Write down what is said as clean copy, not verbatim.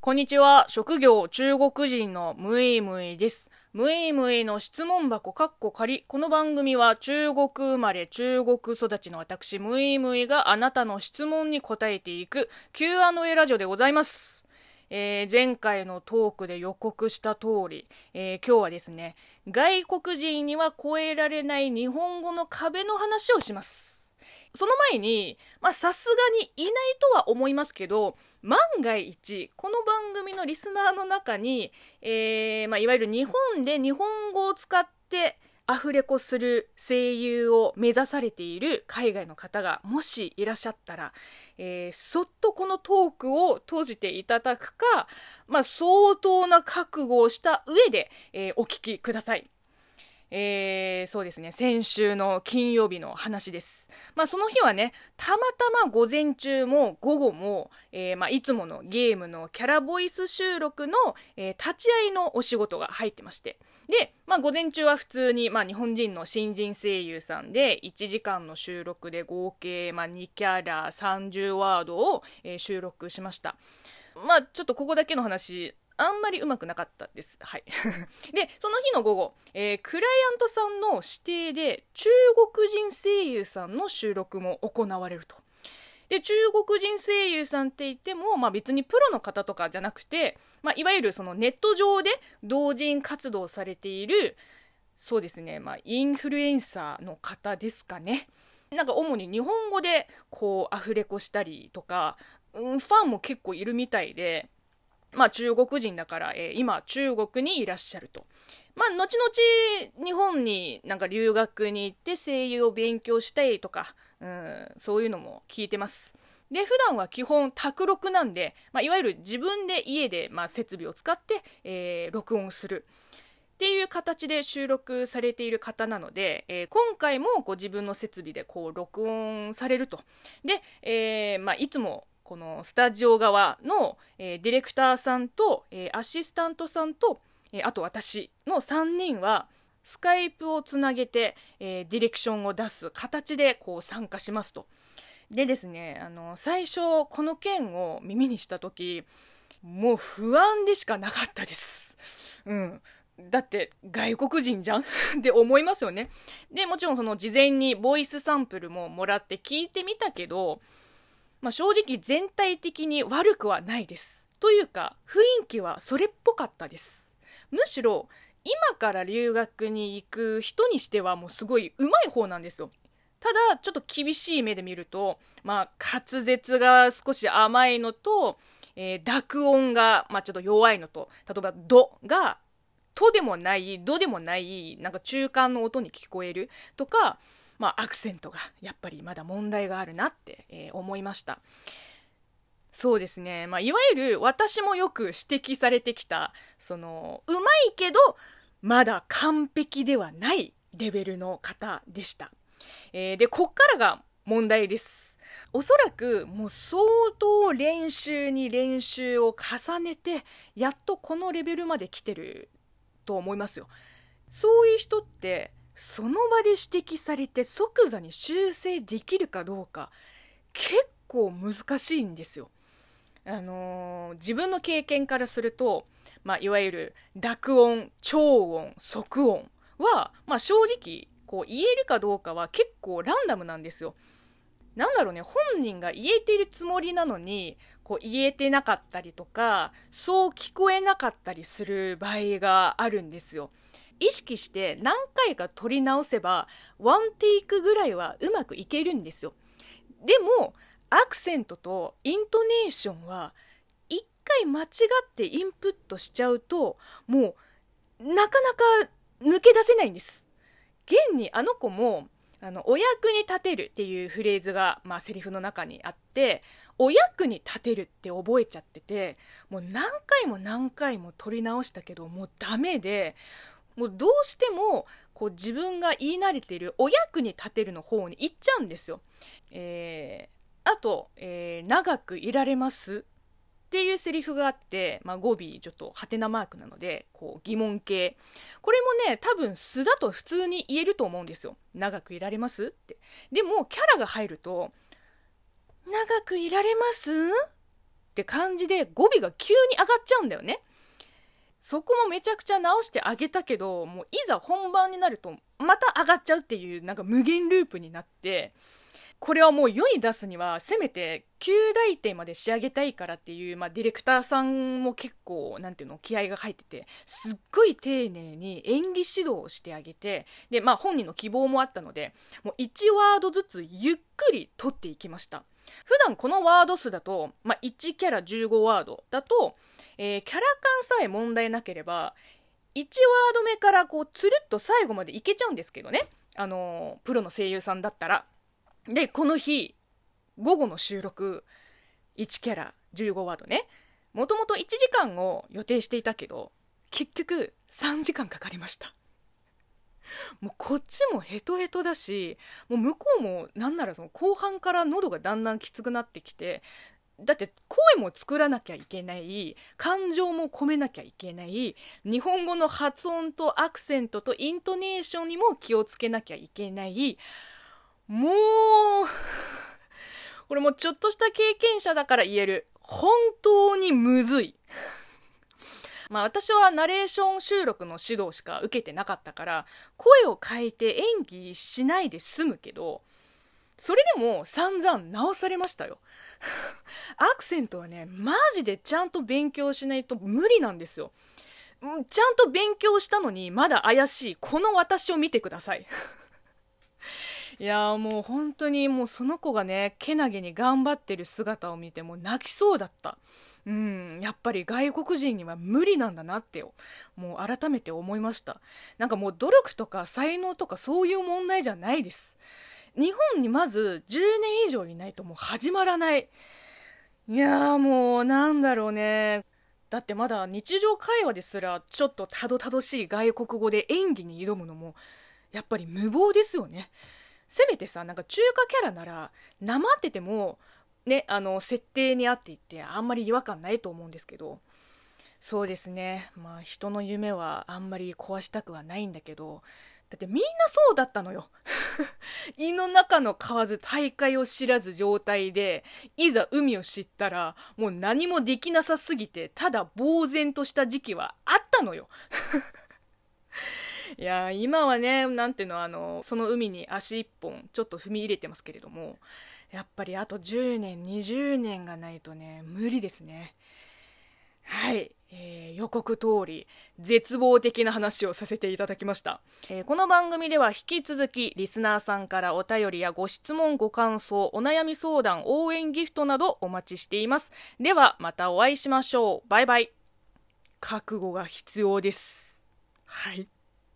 こんにちは。職業中国人のムイムイです。ムイムイの質問箱仮。この番組は中国生まれ中国育ちの私ムイムイがあなたの質問に答えていく Q&A ラジオでございます。前回のトークで予告した通り、今日はですね、外国人には越えられない日本語の壁の話をします。その前に、さすがにいないとは思いますけど、万が一、この番組のリスナーの中に、いわゆる日本で日本語を使ってアフレコする声優を目指されている海外の方がもしいらっしゃったら、そっとこのトークを閉じていただくか、相当な覚悟をした上で、お聞きください。そうですね、先週の金曜日の話です。その日はね、たまたま午前中も午後も、いつものゲームのキャラボイス収録の、立ち会いのお仕事が入ってまして。で、午前中は普通に、日本人の新人声優さんで、1時間の収録で合計、2キャラ30ワードを、収録しました。ちょっとここだけの話、あんまりうまくなかったです。はい。で、その日の午後、クライアントさんの指定で中国人声優さんの収録も行われると。で、中国人声優さんって言っても、別にプロの方とかじゃなくて、いわゆるそのネット上で同人活動されている、そうですね、インフルエンサーの方ですかね。主に日本語でこうアフレコしたりとか、ファンも結構いるみたいで、中国人だから、今中国にいらっしゃると。後々日本に留学に行って声優を勉強したいとか、そういうのも聞いてます。で、普段は基本卓録なんで、いわゆる自分で家で、設備を使って、録音する。っていう形で収録されている方なので、今回も自分の設備で録音されると。で、いつもこのスタジオ側の、ディレクターさんと、アシスタントさんと、あと私の3人はスカイプをつなげて、ディレクションを出す形で参加しますと。でですね、最初この件を耳にした時、もう不安でしかなかったです。だって外国人じゃんって思いますよね。で、もちろんその事前にボイスサンプルももらって聞いてみたけど、正直全体的に悪くはないです。というか、雰囲気はそれっぽかったです。むしろ、今から留学に行く人にしてはもうすごい上手い方なんですよ。ただ、ちょっと厳しい目で見ると、滑舌が少し甘いのと、濁音が、ちょっと弱いのと、例えば、ドが、とでもない、ドでもない、中間の音に聞こえるとか、アクセントがやっぱりまだ問題があるなって、思いました。そうですね。いわゆる私もよく指摘されてきた、うまいけど、まだ完璧ではないレベルの方でした。で、こっからが問題です。おそらくもう相当練習に練習を重ねて、やっとこのレベルまで来てると思いますよ。そういう人って、その場で指摘されて即座に修正できるかどうか結構難しいんですよ。自分の経験からすると、いわゆる濁音、超音、即音は、正直言えるかどうかは結構ランダムなんですよ。本人が言えているつもりなのに言えてなかったりとか、そう聞こえなかったりする場合があるんですよ。意識して何回か撮り直せばワンテイクぐらいはうまくいけるんですよ。でもアクセントとイントネーションは一回間違ってインプットしちゃうともうなかなか抜け出せないんです。現にあの子もお役に立てるっていうフレーズが、セリフの中にあって、お役に立てるって覚えちゃってて、もう何回も何回も撮り直したけどもうダメで、もうどうしても自分が言い慣れているお役に立てるの方に行っちゃうんですよ。あと、長くいられますっていうセリフがあって、語尾ちょっとハテナマークなので疑問形、これもね多分素だと普通に言えると思うんですよ。長くいられますって。でもキャラが入ると長くいられますっって感じで語尾が急に上がっちゃうんだよね。そこもめちゃくちゃ直してあげたけど、もういざ本番になるとまた上がっちゃうっていうなんか無限ループになって、これはもう世に出すにはせめて9大点まで仕上げたいからっていう、ディレクターさんも結構なんていうの気合が入ってて、すっごい丁寧に演技指導をしてあげて、で本人の希望もあったので、もう1ワードずつゆっくり取っていきました。普段このワード数だと、1キャラ15ワードだと、キャラ感さえ問題なければ1ワード目からこうつるっと最後までいけちゃうんですけどね、プロの声優さんだったら。でこの日午後の収録、1キャラ15ワードね、もともと1時間を予定していたけど結局3時間かかりました。もうこっちもヘトヘトだし、もう向こうもなんならその後半から喉がだんだんきつくなってきて、だって声も作らなきゃいけない、感情も込めなきゃいけない、日本語の発音とアクセントとイントネーションにも気をつけなきゃいけない、もうこれもちょっとした経験者だから言える、本当にむずい私はナレーション収録の指導しか受けてなかったから声を変えて演技しないで済むけど、それでも散々直されましたよアクセントはねマジでちゃんと勉強しないと無理なんですよ。ちゃんと勉強したのにまだ怪しいこの私を見てくださいいやーもう本当にもうその子がねけなげに頑張ってる姿を見てもう泣きそうだった。やっぱり外国人には無理なんだなってもう改めて思いました。なんかもう努力とか才能とかそういう問題じゃないです。日本にまず10年以上いないともう始まらない。いやーもうなんだろうね。だってまだ日常会話ですらちょっとたどたどしい外国語で演技に挑むのもやっぱり無謀ですよね。せめてさ、なんか中華キャラならなまっててもね、設定に合っていてあんまり違和感ないと思うんですけど、そうですね、人の夢はあんまり壊したくはないんだけど、だってみんなそうだったのよ胃の中の蛙大海を知らず状態でいざ海を知ったらもう何もできなさすぎてただ呆然とした時期はあったのよいや今はねなんていうのその海に足一本ちょっと踏み入れてますけれども、やっぱりあと10年20年がないとね無理ですね。はい、予告通り絶望的な話をさせていただきました。この番組では引き続きリスナーさんからお便りやご質問ご感想お悩み相談応援ギフトなどお待ちしています。ではまたお会いしましょう。バイバイ。覚悟が必要です。はい。